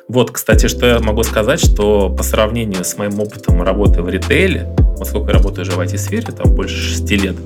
Вот, кстати, что я могу сказать, что по сравнению с моим опытом работы в ритейле, вот сколько я работаю уже в IT-сфере, там больше 6 лет,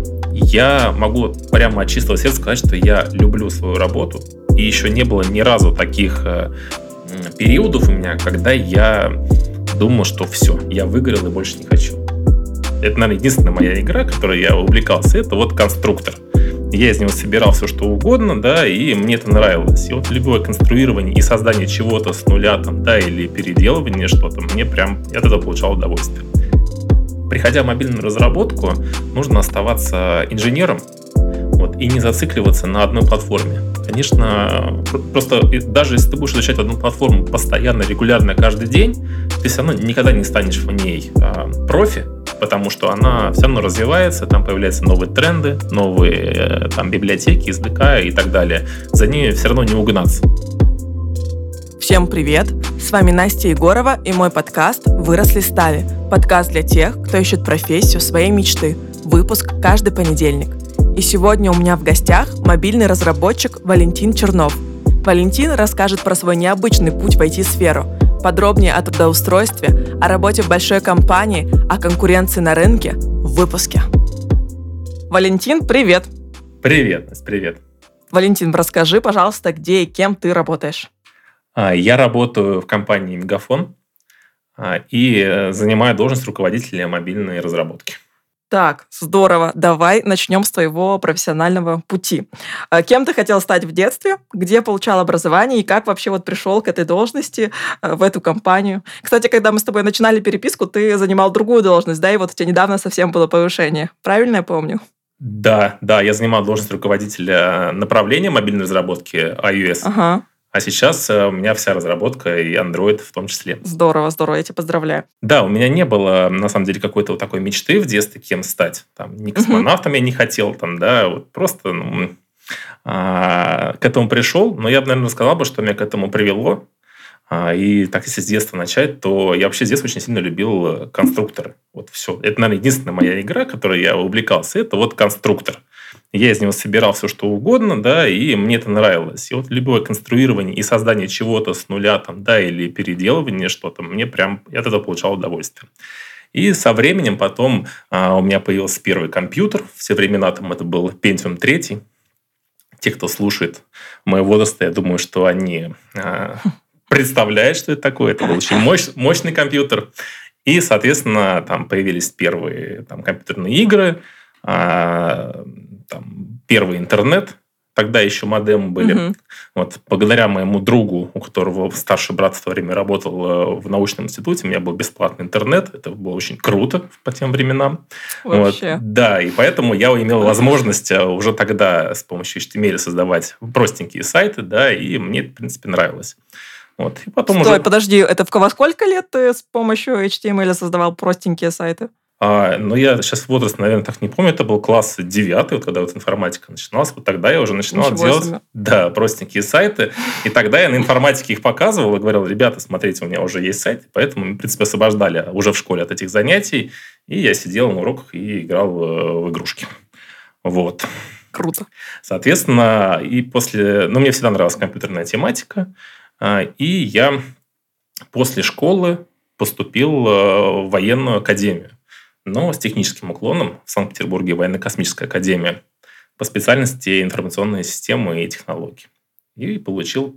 я могу прямо от чистого сердца сказать, что я люблю свою работу, и еще не было ни разу таких периодов у меня, когда я думал, что все, я выиграл и больше не хочу. Это, наверное, единственная моя игра, которой я увлекался, это вот конструктор. Я из него собирал все, что угодно, да, и мне это нравилось. И вот любое конструирование и создание чего-то с нуля, там, да, или переделывание что-то, мне прям, я от этого получал удовольствие. Приходя в мобильную разработку, нужно оставаться инженером, вот, и не зацикливаться на одной платформе. Конечно, просто даже если ты будешь изучать одну платформу постоянно, регулярно, каждый день, ты все равно никогда не станешь в ней профи, потому что она все равно развивается, там появляются новые тренды, новые там, библиотеки, SDK и так далее. За ними все равно не угнаться. Всем привет! С вами Настя Егорова и мой подкаст «Выросли стали». Подкаст для тех, кто ищет профессию своей мечты. Выпуск каждый понедельник. И сегодня у меня в гостях мобильный разработчик Валентин Чернов. Валентин расскажет про свой необычный путь в IT-сферу, подробнее о трудоустройстве, о работе в большой компании, о конкуренции на рынке в выпуске. Валентин, привет! Привет, Настя, привет. Валентин, расскажи, пожалуйста, где и кем ты работаешь. Я работаю в компании Мегафон и занимаю должность руководителя мобильной разработки. Так, здорово. Давай начнем с твоего профессионального пути. Кем ты хотел стать в детстве? Где получал образование? И как вообще вот пришел к этой должности, в эту компанию? Кстати, когда мы с тобой начинали переписку, ты занимал другую должность, да? И вот у тебя недавно совсем было повышение. Правильно я помню? Да, я занимал должность руководителя направления мобильной разработки iOS. Ага. А сейчас у меня вся разработка, и Android в том числе. Здорово, я тебя поздравляю. Да, у меня не было, на самом деле, какой-то вот такой мечты в детстве, кем стать. Там, ни космонавтом я не хотел, там, да, вот просто к этому пришел. Но я бы, наверное, сказал бы, что меня к этому привело. И так, если с детства начать, то я вообще с детства очень сильно любил конструкторы. Вот все. Это, наверное, единственная моя игра, которой я увлекался, это вот конструктор. Я из него собирал все, что угодно, да, и мне это нравилось. И вот любое конструирование и создание чего-то с нуля, там, да, или переделывание что-то, мне прям, я от этого получал удовольствие. И со временем потом у меня появился первый компьютер. Все времена там это был Pentium 3. Те, кто слушает моего возраста, я думаю, что они представляют, что это такое. Это был очень мощный компьютер. И, соответственно, там появились первые там, компьютерные игры, там, первый интернет, тогда еще модемы были. Вот, благодаря моему другу, у которого старший брат в то время работал в научном институте, у меня был бесплатный интернет. Это было очень круто по тем временам. Вообще. Вот, да, и поэтому я имел возможность уже тогда с помощью HTML создавать простенькие сайты, да, и мне это, в принципе, нравилось. Вот, и потом Подожди, это во сколько лет ты с помощью HTML создавал простенькие сайты? Но я сейчас возраст, наверное, так не помню. Это был класс 9, вот когда вот информатика начиналась. Вот тогда я уже начинал делать простенькие сайты. И тогда я на информатике их показывал и говорил: ребята, смотрите, у меня уже есть сайт. Поэтому мы, в принципе, освобождали уже в школе от этих занятий. И я сидел на уроках и играл в игрушки. Вот. Круто. Соответственно, и после... мне всегда нравилась компьютерная тематика. И я после школы поступил в военную академию. Но с техническим уклоном в Санкт-Петербурге военно-космическая академия по специальности информационные системы и технологии. И получил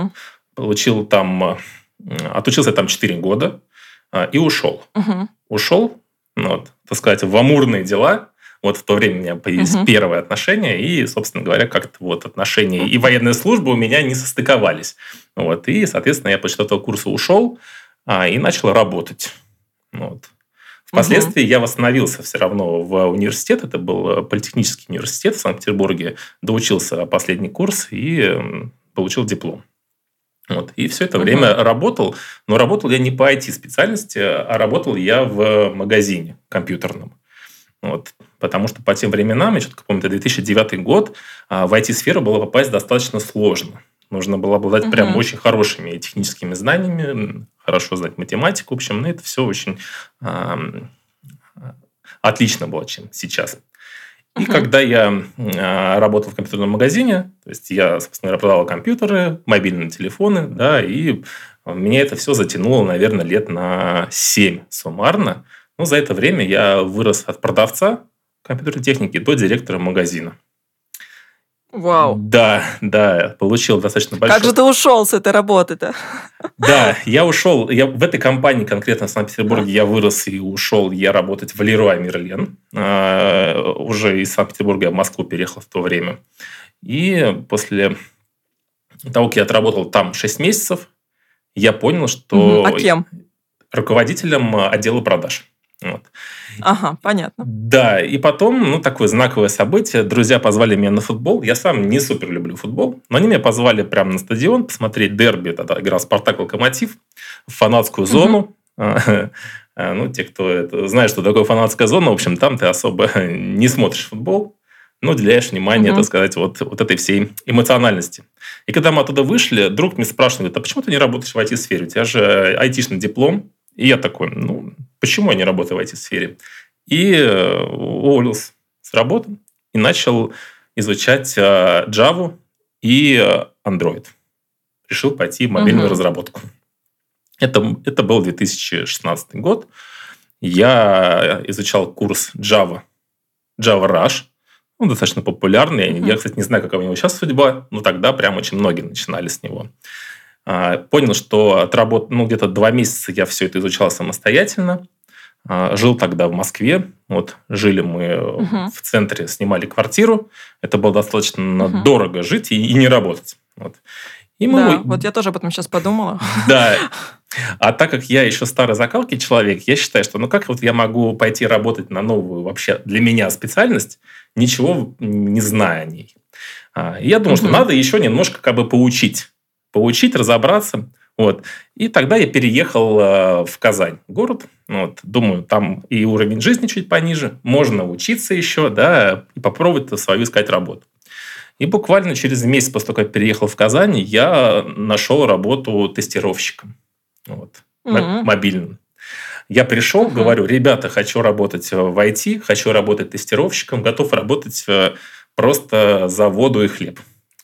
там, отучился там 4 года и ушел. Ушел, так сказать, в амурные дела. Вот в то время у меня появились первые отношения, и, собственно говоря, как-то вот отношения и военная служба у меня не состыковались. Вот, и, соответственно, я после этого курса ушел и начал работать. Вот. Впоследствии я восстановился все равно в университет. Это был политехнический университет в Санкт-Петербурге. Доучился последний курс и получил диплом. Вот. И все это время работал. Но работал я не по IT-специальности, а работал я в магазине компьютерном. Вот. Потому что по тем временам, я четко помню, это 2009 год, в IT-сферу было попасть достаточно сложно. Нужно было обладать прям очень хорошими техническими знаниями, хорошо знать математику. В общем, это все очень отлично было, чем сейчас. И когда я работал в компьютерном магазине, то есть я, собственно говоря, продавал компьютеры, мобильные телефоны, да, и меня это все затянуло, наверное, лет на 7 суммарно. Но за это время я вырос от продавца компьютерной техники до директора магазина. Вау. Да, получил достаточно большой... Как же ты ушел с этой работы-то? Да, я ушел. В этой компании, конкретно в Санкт-Петербурге, я вырос и ушел я работать в Леруа Мерлен. Уже из Санкт-Петербурга я в Москву переехал в то время. И после того, как я отработал там 6 месяцев, я понял, что... А кем? Руководителем отдела продаж. Вот. Ага, понятно. Да, и потом, такое знаковое событие. Друзья позвали меня на футбол. Я сам не супер люблю футбол, но они меня позвали прямо на стадион посмотреть дерби. Тогда играл «Спартак-Локомотив» в фанатскую зону. Те, кто знает, что такое фанатская зона, в общем, там ты особо не смотришь футбол, но уделяешь внимание, так сказать, вот этой всей эмоциональности. И когда мы оттуда вышли, друг мне спрашивает: а почему ты не работаешь в IT-сфере? У тебя же айтишный диплом. И я такой: почему я не работаю в IT-сфере? И уволился с работы и начал изучать Java и Android. Решил пойти в мобильную разработку. Это был 2016 год. Я изучал курс Java Rush. Он достаточно популярный. Я, кстати, не знаю, какая у него сейчас судьба, но тогда прям очень многие начинали с него. Понял, что отработал, где-то 2 месяца я все это изучал самостоятельно. Жил тогда в Москве. Жили мы в центре, снимали квартиру. Это было достаточно дорого жить и не работать. И я тоже об этом сейчас подумала. Да. А так как я еще старой закалки человек, я считаю, что как я могу пойти работать на новую вообще для меня специальность, ничего не зная о ней. И я думал, что надо еще немножко поучить, разобраться. И тогда я переехал в Казань, город. Думаю, там и уровень жизни чуть пониже, можно учиться еще, да, и попробовать свою искать работу. И буквально через месяц после того, как я переехал в Казань, я нашел работу тестировщиком. Мобильным. Я пришел, говорю: ребята, хочу работать в IT, хочу работать тестировщиком, готов работать просто за воду и хлеб.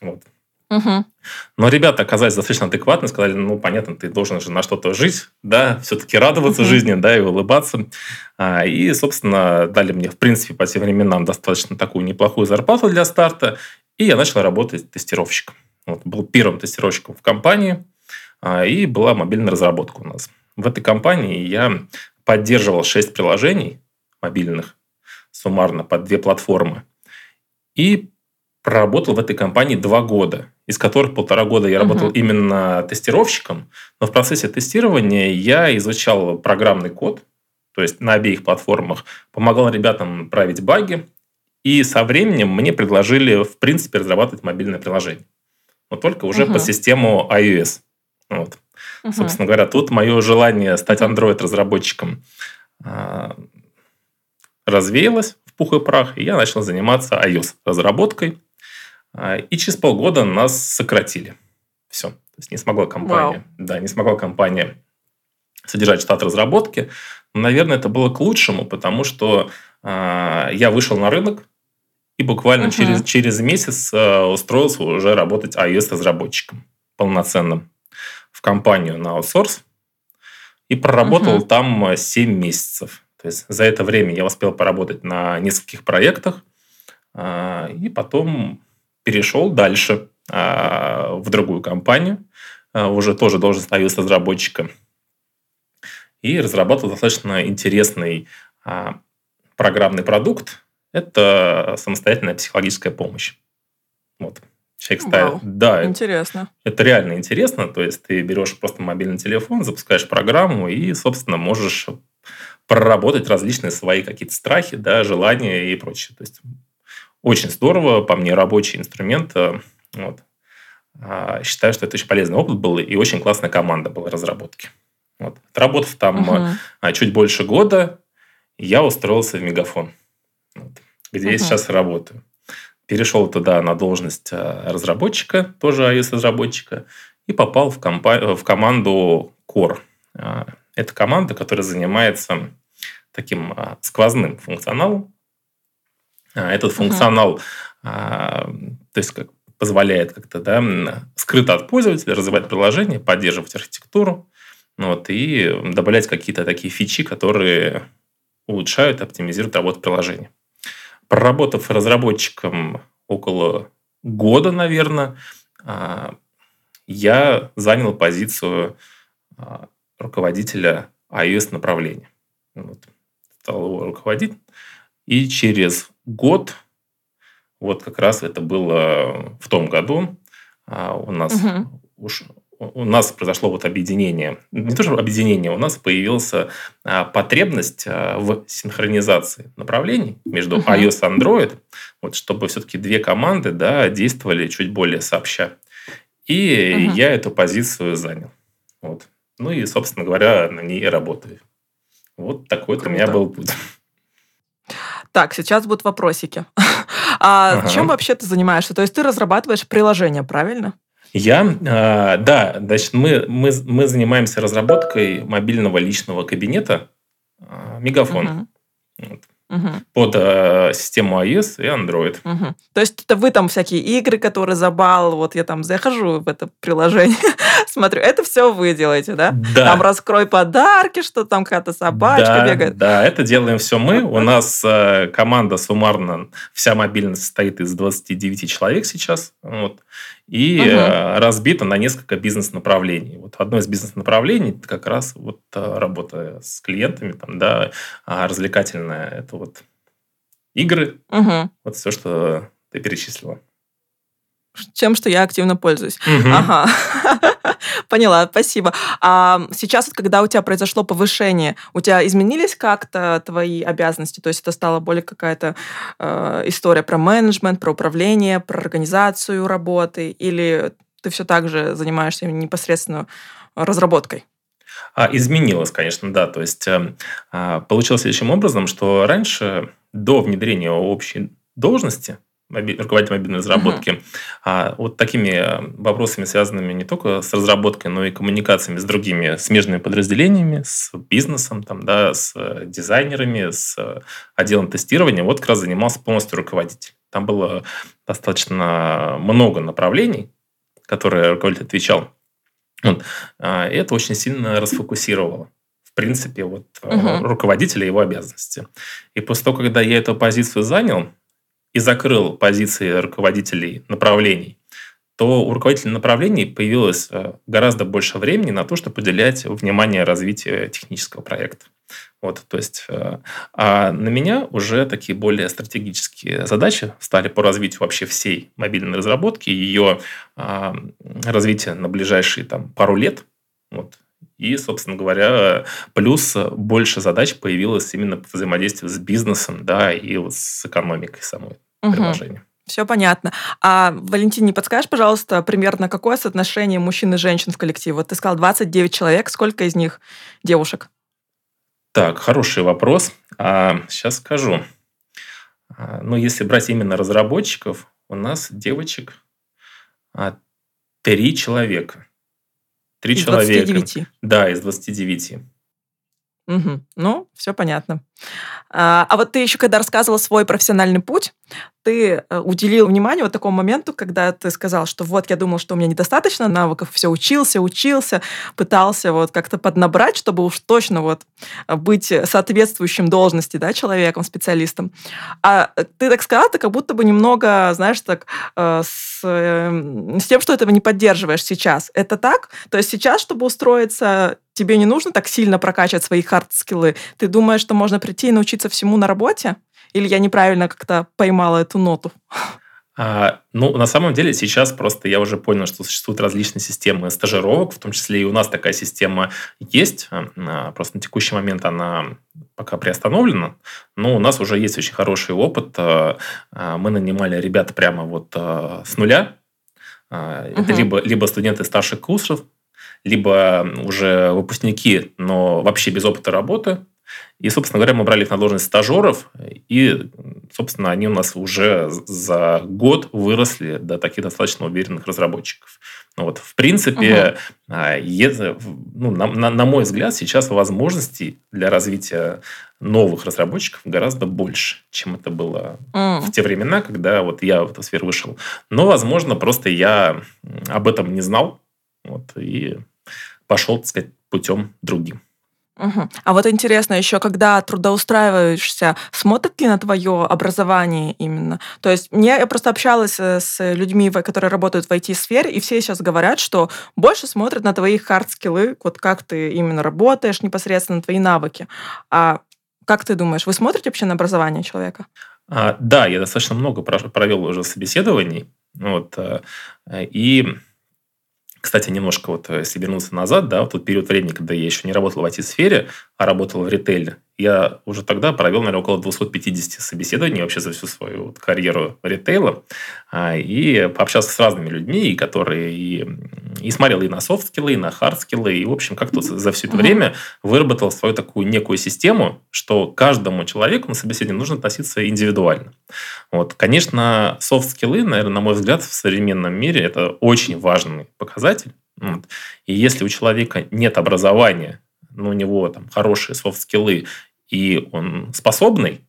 Но ребята оказались достаточно адекватны, сказали: понятно, ты должен же на что-то жить, да, все-таки радоваться жизни, да, и улыбаться. И, собственно, дали мне, в принципе, по тем временам достаточно такую неплохую зарплату для старта, и я начал работать тестировщиком. Был первым тестировщиком в компании, и была мобильная разработка у нас. В этой компании я поддерживал 6 приложений мобильных, суммарно под 2 платформы, и проработал в этой компании 2 года, из которых 1,5 года я работал именно тестировщиком, но в процессе тестирования я изучал программный код, то есть на обеих платформах, помогал ребятам править баги, и со временем мне предложили, в принципе, разрабатывать мобильное приложение. Но только уже по систему iOS. Собственно говоря, тут мое желание стать Android-разработчиком развеялось в пух и прах, и я начал заниматься iOS-разработкой. И через полгода нас сократили. Все. То есть не смогла компания содержать штат разработки. Но, наверное, это было к лучшему, потому что я вышел на рынок и буквально через месяц устроился уже работать iOS-разработчиком полноценным в компанию на аутсорс и проработал там 7 месяцев. То есть за это время я успел поработать на нескольких проектах и потом перешел дальше в другую компанию, уже тоже должность iOS-разработчика, и разрабатывал достаточно интересный программный продукт. Это самостоятельная психологическая помощь. Человек ставит... Да, интересно. Это реально интересно. То есть ты берешь просто мобильный телефон, запускаешь программу и, собственно, можешь проработать различные свои какие-то страхи, да, желания и прочее. То есть очень здорово, по мне, рабочий инструмент. Считаю, что это очень полезный опыт был, и очень классная команда была разработки. Отработав там чуть больше года, я устроился в Мегафон, где я сейчас работаю. Перешел туда на должность разработчика, тоже iOS-разработчика, и попал в команду Core. Это команда, которая занимается таким сквозным функционалом. Этот Мгм. функционал, то есть как позволяет как-то, да, скрыто от пользователя развивать приложение, поддерживать архитектуру, вот, и добавлять какие-то такие фичи, которые улучшают, оптимизируют работу приложения. Проработав разработчиком около года, наверное, я занял позицию руководителя iOS-направления. Вот. Стал его руководить. И через год, вот как раз это было в том году, у нас Мгм. уж у нас произошло вот объединение. Не то, что объединение, у нас появилась потребность в синхронизации направлений между Мгм. iOS и Android, вот, чтобы все-таки две команды, да, действовали чуть более сообща. И Мгм. я эту позицию занял. Вот. Ну и, собственно говоря, на ней и работаю. Вот такой вот у меня Круто. был путь. Так, сейчас будут вопросики. А чем Ага. вообще ты занимаешься? То есть ты разрабатываешь приложение, правильно? Да, значит, мы занимаемся разработкой мобильного личного кабинета Мегафон. Мгм. Вот. Мгм. Под систему iOS и Android. Мгм. То есть это вы там всякие игры, которые за балл, вот я там захожу в это приложение, смотрю, это все вы делаете, да? Там Да, раскрой подарки, что там какая-то собачка да, бегает. да, это делаем все мы. У нас команда суммарно, вся мобильность состоит из 29 человек сейчас. Вот, и Мгм. разбита на несколько бизнес-направлений. Вот одно из бизнес-направлений – это как раз вот работа с клиентами, там, да, развлекательная. Это вот игры, Мгм. вот все, что ты перечислила. Чем, что я активно пользуюсь. Мгм. Ага. Поняла, спасибо. А сейчас, вот когда у тебя произошло повышение, у тебя изменились как-то твои обязанности? То есть это стала более какая-то история про менеджмент, про управление, про организацию работы? Или ты все так же занимаешься непосредственно разработкой? Изменилось, конечно, да. То есть получилось следующим образом, что раньше, до внедрения общей должности руководителя мобильной Мгм. разработки, вот такими вопросами, связанными не только с разработкой, но и коммуникациями с другими смежными подразделениями, с бизнесом, там, да, с дизайнерами, с отделом тестирования, вот как раз занимался полностью руководитель. Там было достаточно много направлений, которые руководитель отвечал. Вот. И это очень сильно расфокусировало, в принципе, вот, Мгм. руководителя и его обязанности. И после того, когда я эту позицию занял и закрыл позиции руководителей направлений, то у руководителя направлений появилось гораздо больше времени на то, чтобы уделять внимание развитию технического проекта. Вот, то есть, на меня уже такие более стратегические задачи стали по развитию вообще всей мобильной разработки, ее развития на ближайшие там, пару лет. Вот. И, собственно говоря, плюс больше задач появилось именно по взаимодействию с бизнесом, да, и вот с экономикой самой приложения. Все понятно. А, Валентин, не подскажешь, пожалуйста, примерно какое соотношение мужчин и женщин в коллективе? Вот ты сказал 29 человек, сколько из них девушек? Так, хороший вопрос. Сейчас скажу. Ну, если брать именно разработчиков, у нас девочек а, 3 человека. Три Из двадцати человека, девяти. да, из 29. Мгм. Ну, все понятно. А вот ты еще, когда рассказывал свой профессиональный путь, ты уделил внимание вот такому моменту, когда ты сказал, что вот я думал, что у меня недостаточно навыков, все учился, пытался вот как-то поднабрать, чтобы уж точно вот быть соответствующим должности, да, человеком, специалистом. Ты так сказал, ты как будто бы немного, знаешь, так с тем, что этого не поддерживаешь сейчас. Это так? То есть сейчас, чтобы устроиться, тебе не нужно так сильно прокачивать свои хард-скиллы. Ты думаешь, что можно прийти и научиться всему на работе? Или я неправильно как-то поймала эту ноту? Ну, на самом деле, сейчас просто я уже понял, что существуют различные системы стажировок, в том числе и у нас такая система есть. Просто на текущий момент она пока приостановлена, но у нас уже есть очень хороший опыт. Мы нанимали ребят прямо вот с нуля. Это Мгм. либо студенты старших курсов, либо уже выпускники, но вообще без опыта работы. И, собственно говоря, мы брали их на должность стажеров, и, собственно, они у нас уже за год выросли до таких достаточно уверенных разработчиков. Вот, в принципе, на мой взгляд, сейчас возможностей для развития новых разработчиков гораздо больше, чем это было в те времена, когда вот я в эту сферу вышел. Но, возможно, просто я об этом не знал, вот, и пошел, так сказать, путем другим. А вот интересно еще, когда трудоустраиваешься, смотрят ли на твое образование именно? То есть я просто общалась с людьми, которые работают в IT-сфере, и все сейчас говорят, что больше смотрят на твои хард-скиллы, вот как ты именно работаешь, непосредственно твои навыки. А как ты думаешь, вы смотрите вообще на образование человека? Да, я достаточно много провел уже собеседований. Вот, и, кстати, немножко вот, если вернуться назад, да, вот тот период времени, когда я еще не работал в IT-сфере, а работал в ритейле, я уже тогда провел, наверное, около 250 собеседований вообще за всю свою вот карьеру ритейла. И пообщался с разными людьми, которые и смотрел и на софт-скиллы, и на хард-скиллы. И, в общем, как-то за все это время выработал свою такую некую систему, что каждому человеку на собеседовании нужно относиться индивидуально. Вот. Конечно, софт-скиллы, наверное, на мой взгляд, в современном мире это очень важный показатель. Вот. И если у человека нет образования, но у него там хорошие софт-скиллы, и он способный,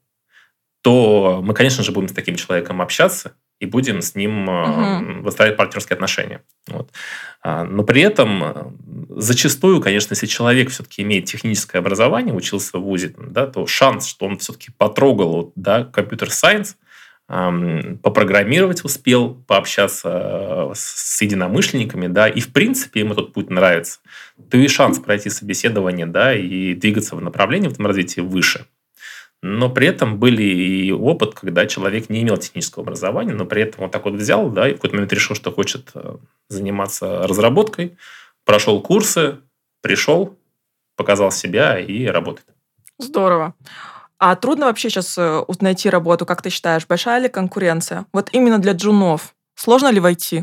то мы, конечно же, будем с таким человеком общаться и будем с ним выстраивать партнерские отношения. Вот. Но при этом зачастую, конечно, если человек все-таки имеет техническое образование, учился в ВУЗе, да, то шанс, что он все-таки потрогал компьютер-сайенс, попрограммировать успел, пообщаться с единомышленниками, да, и в принципе ему этот путь нравится, то и шанс пройти собеседование, да, и двигаться в направлении в этом развитии выше. Но при этом были и опыт, когда человек не имел технического образования, но при этом он так вот взял, да, и в какой-то момент решил, что хочет заниматься разработкой, прошел курсы, пришел, показал себя и работает. Здорово. А трудно вообще сейчас найти работу, как ты считаешь? Большая ли конкуренция? Вот именно для джунов. Сложно ли войти?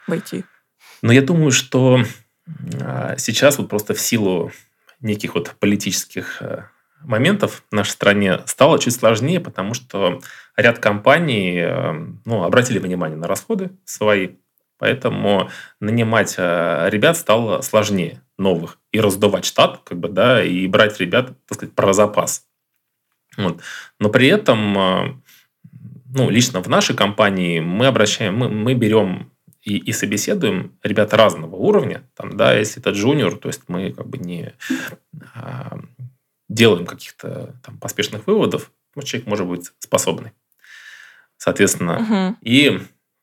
Но я думаю, что сейчас вот просто в силу неких вот политических моментов в нашей стране стало чуть сложнее, потому что ряд компаний обратили внимание на расходы свои, поэтому нанимать ребят стало сложнее, новых, и раздувать штат, да, и брать ребят, так сказать, про запас. Вот. Но при этом, лично в нашей компании мы берем и собеседуем ребят разного уровня. Там, да, если это джуниор, то есть мы не делаем каких-то там поспешных выводов, человек может быть способный. Соответственно, и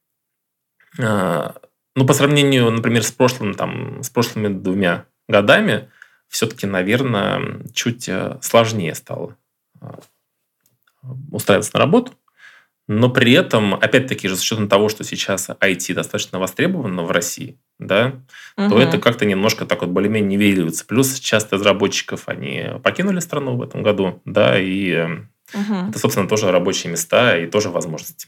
по сравнению, например, с прошлыми 2 годами, все-таки, наверное, чуть сложнее стало устраиваться на работу. Но при этом, опять-таки же, с учетом того, что сейчас IT достаточно востребовано в России, да, то это как-то немножко так вот более-менее нивелируется. Плюс часто разработчиков они покинули страну в этом году, да, и это, собственно, тоже рабочие места и тоже возможности.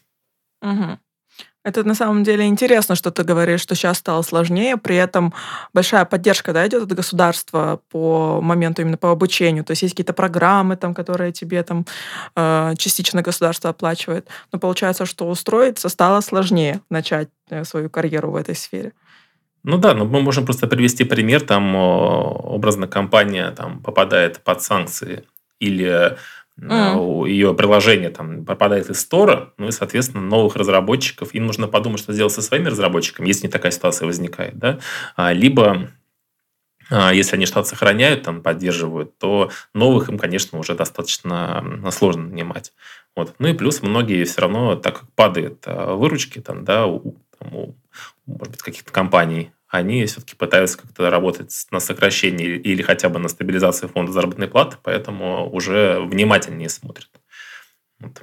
Это на самом деле интересно, что ты говоришь, что сейчас стало сложнее, при этом большая поддержка, да, идет от государства по моменту именно по обучению. То есть есть какие-то программы, которые тебе частично государство оплачивает. Но получается, что устроиться стало сложнее начать свою карьеру в этой сфере. Но мы можем просто привести пример. Образно компания попадает под санкции или ее приложение попадает из стора, и, соответственно, новых разработчиков, им нужно подумать, что сделать со своими разработчиками, если не такая ситуация возникает, да, либо если они штат сохраняют, поддерживают, то новых им, конечно, уже достаточно сложно нанимать. Вот. И плюс многие все равно, так как падают выручки может быть, каких-то компаний, они все-таки пытаются как-то работать на сокращении или хотя бы на стабилизации фонда заработной платы, поэтому уже внимательнее смотрят. Вот.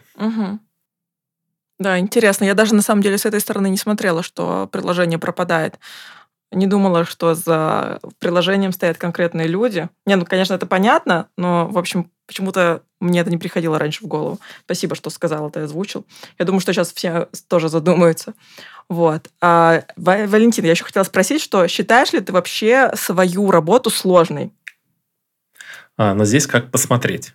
Да, интересно. Я даже на самом деле с этой стороны не смотрела, что приложение пропадает. Не думала, что за приложением стоят конкретные люди. Конечно, это понятно, но, в общем, почему-то мне это не приходило раньше в голову. Спасибо, что сказал, это озвучил. Я думаю, что сейчас все тоже задумаются. Вот. Валентин, я еще хотела спросить, что считаешь ли ты вообще свою работу сложной? Но здесь как посмотреть.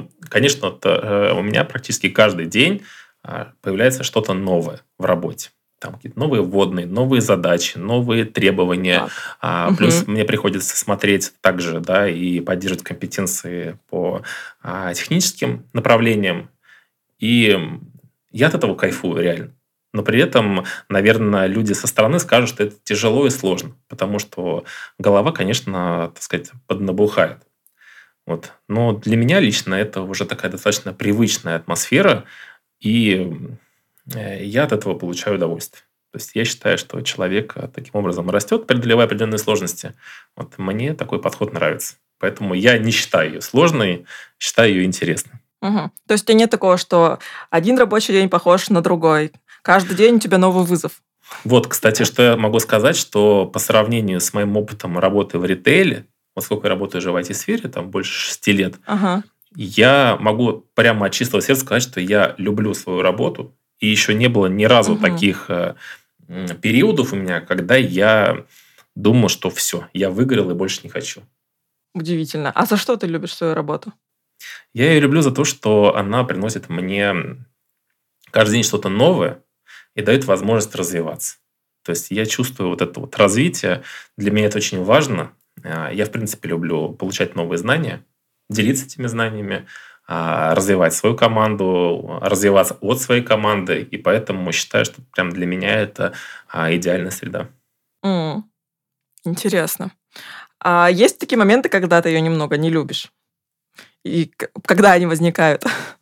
Конечно, у меня практически каждый день появляется что-то новое в работе. там какие-то новые вводные, новые задачи, новые требования. Плюс Мгм. мне приходится смотреть также, да, и поддерживать компетенции по техническим направлениям. И я от этого кайфую реально. Но при этом, наверное, люди со стороны скажут, что это тяжело и сложно, потому что голова, конечно, так сказать, поднабухает. Вот. Но для меня лично это уже такая достаточно привычная атмосфера, и я от этого получаю удовольствие. То есть я считаю, что человек таким образом растет, преодолевая определенные сложности. Вот мне такой подход нравится. Поэтому я не считаю ее сложной, считаю ее интересной. Мгм. То есть у тебя нет такого, что один рабочий день похож на другой. Каждый день у тебя новый вызов. Вот, кстати, что я могу сказать, что по сравнению с моим опытом работы в ритейле, вот сколько я работаю уже в IT-сфере, там больше 6 лет, Ага. я могу прямо от чистого сердца сказать, что я люблю свою работу, и еще не было ни разу Мгм. таких периодов у меня, когда я думал, что все, я выгорел и больше не хочу. Удивительно. А за что ты любишь свою работу? Я ее люблю за то, что она приносит мне каждый день что-то новое и дает возможность развиваться. То есть я чувствую вот это вот развитие. Для меня это очень важно. Я, в принципе, люблю получать новые знания, делиться этими знаниями, развивать свою команду, развиваться от своей команды. И поэтому считаю, что прям для меня это идеальная среда. М, Интересно. А есть такие моменты, когда ты ее немного не любишь? И когда они возникают?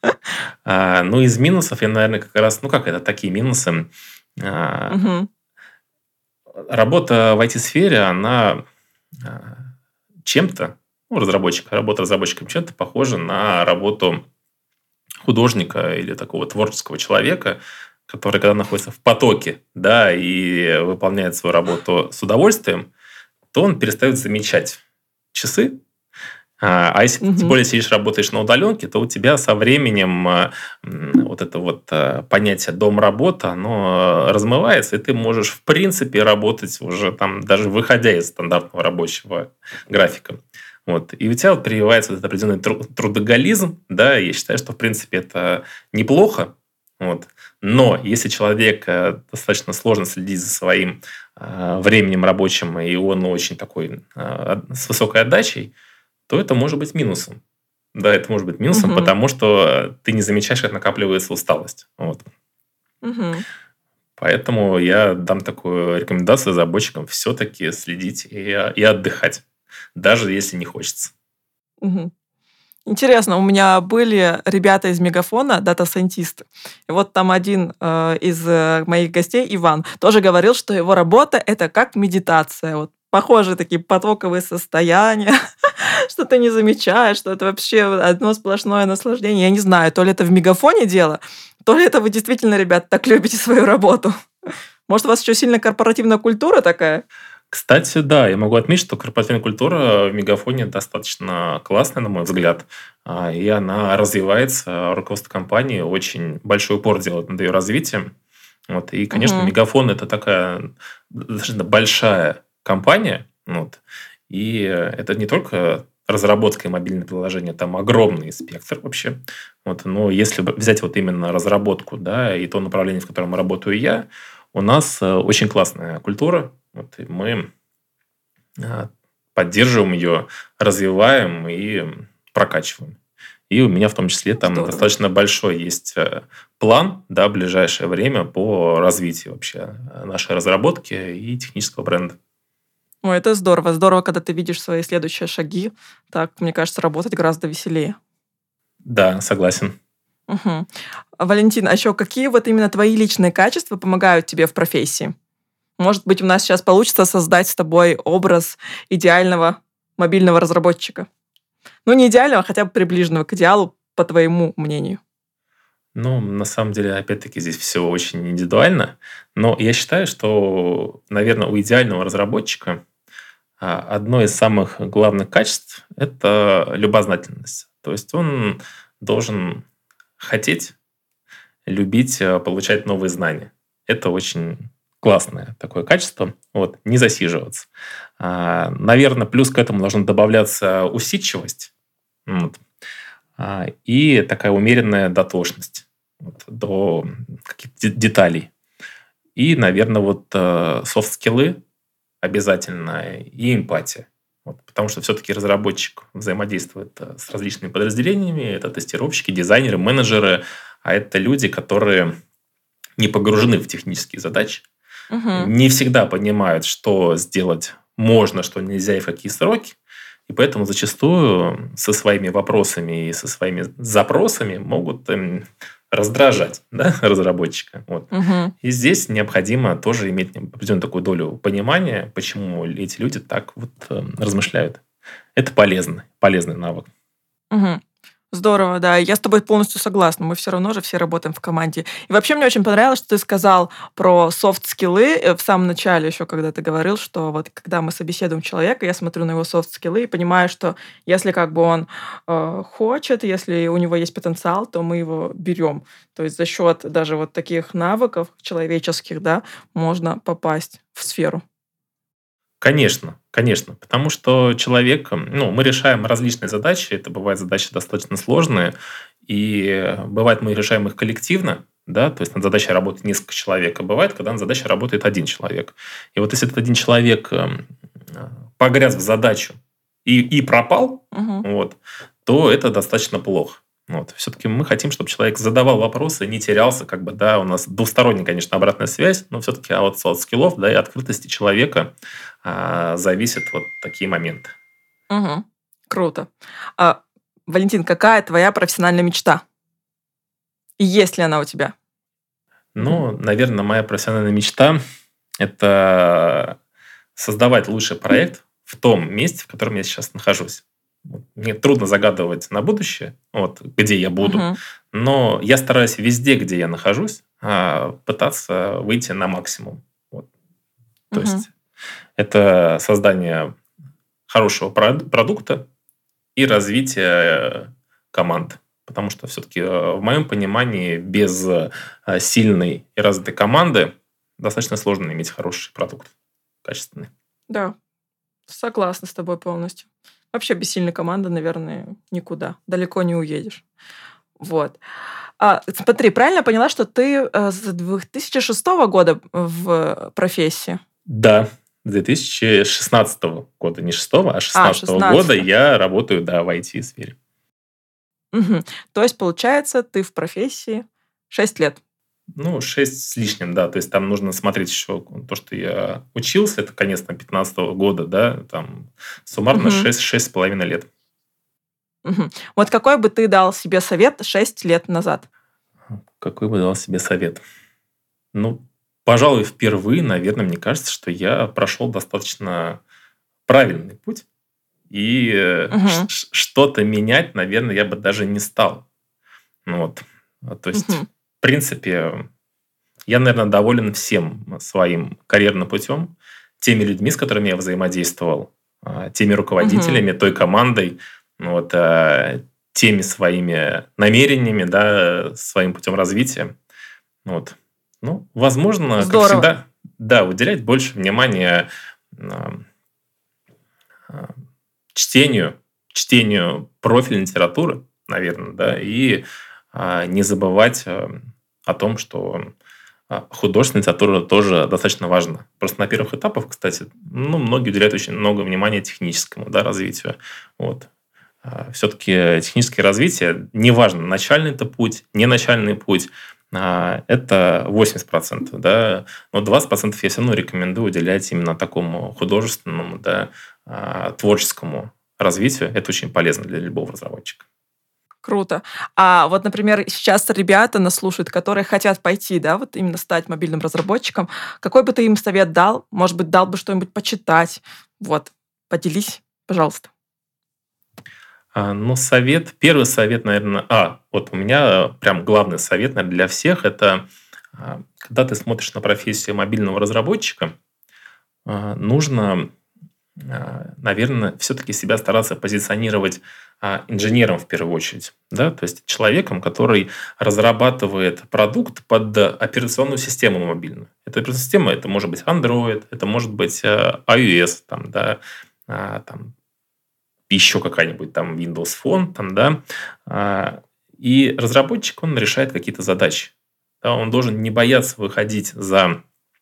Ну, из минусов я, наверное, как раз, ну, как это, такие минусы. А, Мгм. Работа в IT-сфере, она а, чем-то, ну, работа разработчиком чем-то похожа на работу художника или такого творческого человека, который, когда находится в потоке, да, и выполняет свою работу с удовольствием, то он перестает замечать часы. Если ты тем Мгм. более сидишь, работаешь на удаленке, то у тебя со временем вот это вот понятие дом-работа, оно размывается, и ты можешь, в принципе, работать уже там, даже выходя из стандартного рабочего графика. Вот. И у тебя вот прививается вот этот определенный трудоголизм, да, и я считаю, что, в принципе, это неплохо, вот. Но если человек достаточно сложно следить за своим временем рабочим, и он очень такой с высокой отдачей, то это может быть минусом. Да, это может быть минусом, Мгм. потому что ты не замечаешь, как накапливается усталость. Вот. Мгм. Поэтому я дам такую рекомендацию разработчикам все-таки следить и отдыхать, даже если не хочется. Мгм. Интересно, у меня были ребята из Мегафона, дата-сайентисты. И вот там один из моих гостей, Иван, тоже говорил, что его работа — это как медитация. Вот похожие такие потоковые состояния, что ты не замечаешь, что это вообще одно сплошное наслаждение. Я не знаю, то ли это в Мегафоне дело, то ли это вы действительно, ребят, так любите свою работу. Может, у вас еще сильно корпоративная культура такая? Кстати, да, я могу отметить, что корпоративная культура в Мегафоне достаточно классная, на мой взгляд, и она развивается. Руководство компании очень большой упор делает над ее развитием. Вот. И, конечно, Мгм. Мегафон – это такая достаточно большая компания. Вот. И это не только разработка и мобильное приложение, там огромный спектр вообще. Вот. Но если взять вот именно разработку, да, и то направление, в котором работаю я, у нас очень классная культура. Вот, и мы а, поддерживаем ее, развиваем и прокачиваем. И у меня в том числе там Здорово. достаточно большой есть план, да, в ближайшее время по развитию вообще нашей разработки и технического бренда. Ой, это здорово. Здорово, когда ты видишь свои следующие шаги. Так, мне кажется, работать гораздо веселее. Да, согласен. Мгм. Валентин, а еще какие вот именно твои личные качества помогают тебе в профессии? Может быть, у нас сейчас получится создать с тобой образ идеального мобильного разработчика? Ну, не идеального, а хотя бы приближенного к идеалу, по твоему мнению. Ну, на самом деле, опять-таки, здесь все очень индивидуально. Но я считаю, что, наверное, у идеального разработчика одно из самых главных качеств – это любознательность. То есть он должен хотеть, любить получать новые знания. Это очень классное такое качество. Вот, не засиживаться. Наверное, плюс к этому должна добавляться усидчивость, вот, и такая умеренная дотошность вот, до каких-то деталей. И, наверное, вот софт-скиллы обязательно и эмпатия. Вот, потому что все-таки разработчик взаимодействует с различными подразделениями. Это тестировщики, дизайнеры, менеджеры. А это люди, которые не погружены в технические задачи. Не всегда понимают, что сделать можно, что нельзя и в какие сроки. И поэтому зачастую со своими вопросами и со своими запросами могут раздражать, да, разработчика. Вот. И здесь необходимо тоже иметь определенную такую долю понимания, почему эти люди так вот размышляют. Это полезный навык. Здорово, да. Я с тобой полностью согласна. Мы все равно же все работаем в команде. И вообще мне очень понравилось, что ты сказал про софт-скиллы в самом начале еще, когда ты говорил, что вот когда мы собеседуем человека, я смотрю на его софт-скиллы и понимаю, что если как бы он хочет, если у него есть потенциал, то мы его берем. То есть за счет даже вот таких навыков человеческих, да, можно попасть в сферу. Конечно, конечно, потому что человек, мы решаем различные задачи, это бывают задачи достаточно сложные, и бывает мы решаем их коллективно, да, то есть над задачей работает несколько человек, а бывает, когда над задачей работает один человек. И вот если этот один человек погряз в задачу и пропал, вот, то это достаточно плохо. Вот. Все-таки мы хотим, чтобы человек задавал вопросы, не терялся, как бы, да, у нас двусторонняя, конечно, обратная связь, но все-таки от софт-скиллов, да, и открытости человека зависят вот такие моменты. Круто. Валентин, какая твоя профессиональная мечта? И есть ли она у тебя? Наверное, моя профессиональная мечта – это создавать лучший проект в том месте, в котором я сейчас нахожусь. Мне трудно загадывать на будущее, вот, где я буду, но я стараюсь везде, где я нахожусь, пытаться выйти на максимум. Вот. То есть это создание хорошего продукта и развитие команд. Потому что все-таки в моем понимании без сильной и развитой команды достаточно сложно иметь хороший продукт, качественный. Да, согласна с тобой полностью. Вообще без сильной команды, наверное, никуда. Далеко не уедешь. Вот. Смотри, правильно я поняла, что ты с 2006 года в профессии? Да, с 2016 года. Не 6, а 16 года я работаю, да, в IT-сфере. То есть, получается, ты в профессии 6 лет. 6 с лишним, да. То есть там нужно смотреть еще то, что я учился, это конец 2015 года, да, там суммарно 6,5 лет. Вот какой бы ты дал себе совет 6 лет назад? Какой бы дал себе совет? Пожалуй, впервые, наверное, мне кажется, что я прошел достаточно правильный путь. И что-то менять, наверное, я бы даже не стал. То есть, в принципе, я, наверное, доволен всем своим карьерным путем, теми людьми, с которыми я взаимодействовал, теми руководителями, той командой, теми своими намерениями, да, своим путем развития. Возможно, Здорово. как всегда, да, уделять больше внимания чтению профильной литературы, наверное, да, и не забывать о том, что художественная литература тоже достаточно важна. Просто на первых этапах, кстати, многие уделяют очень много внимания техническому, да, развитию. Вот. Все-таки техническое развитие, неважно, начальный это путь, не начальный путь, это 80%, да, но 20% я все равно рекомендую уделять именно такому художественному, да, творческому развитию. Это очень полезно для любого разработчика. Круто. А вот, например, сейчас ребята нас слушают, которые хотят пойти, да, вот именно стать мобильным разработчиком. Какой бы ты им совет дал? Может быть, дал бы что-нибудь почитать? Вот, поделись, пожалуйста. Первый совет, наверное... вот у меня прям главный совет, наверное, для всех, это когда ты смотришь на профессию мобильного разработчика, нужно, наверное, все-таки себя стараться позиционировать инженером в первую очередь. Да? То есть человеком, который разрабатывает продукт под операционную систему мобильную. Эта операционная система, это может быть Android, это может быть iOS, там, да, еще какая-нибудь там Windows Phone, там, да, и разработчик, он решает какие-то задачи. Да, он должен не бояться выходить за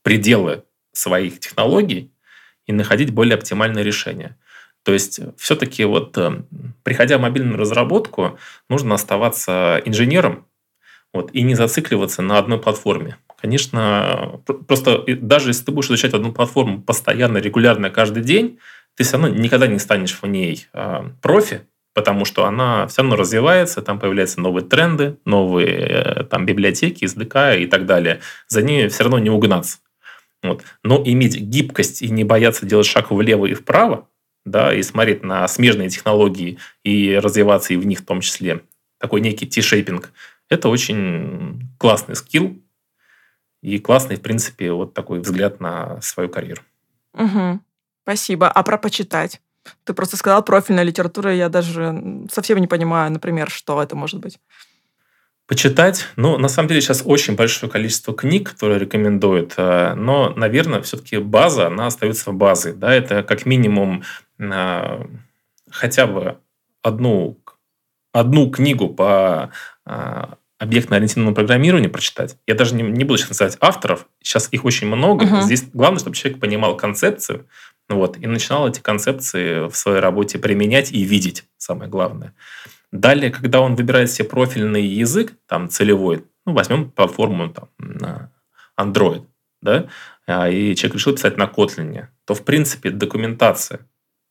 пределы своих технологий и находить более оптимальные решения. То есть все-таки приходя в мобильную разработку, нужно оставаться инженером и не зацикливаться на одной платформе. Конечно, просто даже если ты будешь изучать одну платформу постоянно, регулярно, каждый день, ты все равно никогда не станешь в ней профи, потому что она все равно развивается, там появляются новые тренды, новые библиотеки, SDK и так далее. За ними все равно не угнаться. Но иметь гибкость и не бояться делать шаг влево и вправо, да, и смотреть на смежные технологии и развиваться и в них в том числе, такой некий T-шейпинг, это очень классный скилл и классный, в принципе, такой взгляд на свою карьеру. Угу. Спасибо. А про почитать? Ты просто сказал профильная литература, я даже совсем не понимаю, например, что это может быть. Почитать. На самом деле сейчас очень большое количество книг, которые рекомендуют, но, наверное, все-таки база, она остается базой. Да? Это как минимум хотя бы одну книгу по объектно-ориентированному программированию прочитать. Я даже не буду сейчас называть авторов, сейчас их очень много. Угу. Здесь главное, чтобы человек понимал концепцию, и начинал эти концепции в своей работе применять и видеть, самое главное. Далее, когда он выбирает себе профильный язык, целевой, возьмем платформу Android, да, и человек решил писать на Kotlin, то, в принципе, документация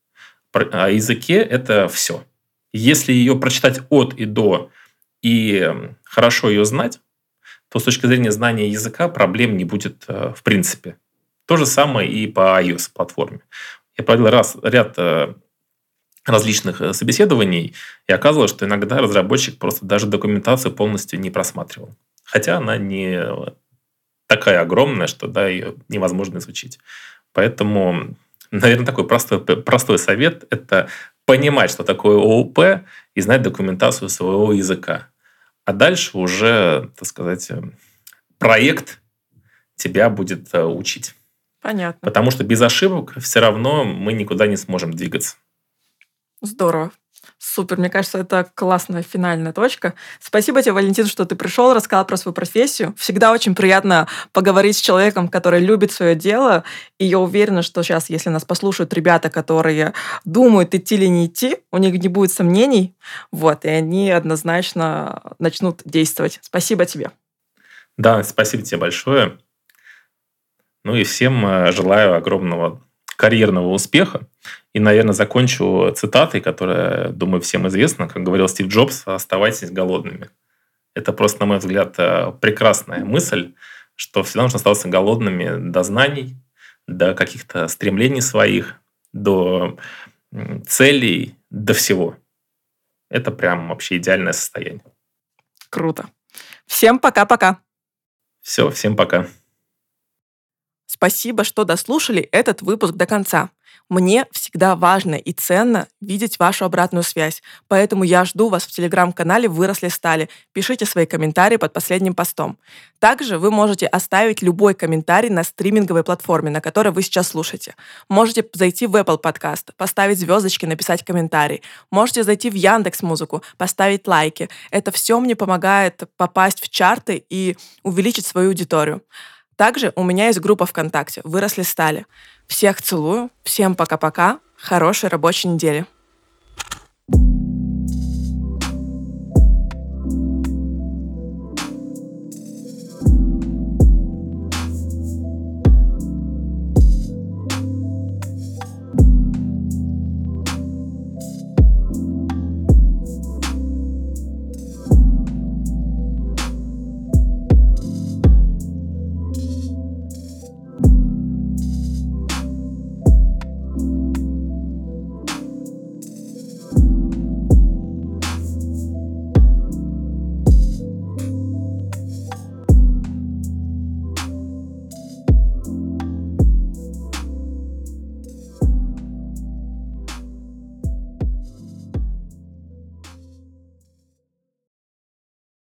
о языке – это все. Если ее прочитать от и до и хорошо ее знать, то с точки зрения знания языка проблем не будет в принципе. То же самое и по iOS-платформе. Я провел ряд различных собеседований, и оказывалось, что иногда разработчик просто даже документацию полностью не просматривал. Хотя она не такая огромная, что ее невозможно изучить. Поэтому, наверное, такой простой совет – это понимать, что такое ООП, и знать документацию своего языка. А дальше уже, так сказать, проект тебя будет учить. Понятно. Потому что без ошибок все равно мы никуда не сможем двигаться. Здорово. Супер. Мне кажется, это классная финальная точка. Спасибо тебе, Валентин, что ты пришел, рассказал про свою профессию. Всегда очень приятно поговорить с человеком, который любит свое дело. И я уверена, что сейчас, если нас послушают ребята, которые думают, идти или не идти, у них не будет сомнений, и они однозначно начнут действовать. Спасибо тебе. Да, спасибо тебе большое. И всем желаю огромного карьерного успеха. И, наверное, закончу цитатой, которая, думаю, всем известна. Как говорил Стив Джобс, оставайтесь голодными. Это просто, на мой взгляд, прекрасная мысль, что всегда нужно оставаться голодными до знаний, до каких-то стремлений своих, до целей, до всего. Это прям вообще идеальное состояние. Круто. Всем пока-пока. Все, всем пока. Спасибо, что дослушали этот выпуск до конца. Мне всегда важно и ценно видеть вашу обратную связь, поэтому я жду вас в телеграм-канале «Выросли стали». Пишите свои комментарии под последним постом. Также вы можете оставить любой комментарий на стриминговой платформе, на которой вы сейчас слушаете. Можете зайти в Apple Podcast, поставить звездочки, написать комментарий. Можете зайти в Яндекс.Музыку, поставить лайки. Это все мне помогает попасть в чарты и увеличить свою аудиторию. Также у меня есть группа ВКонтакте «Выросли стали». Всех целую, всем пока-пока, хорошей рабочей недели.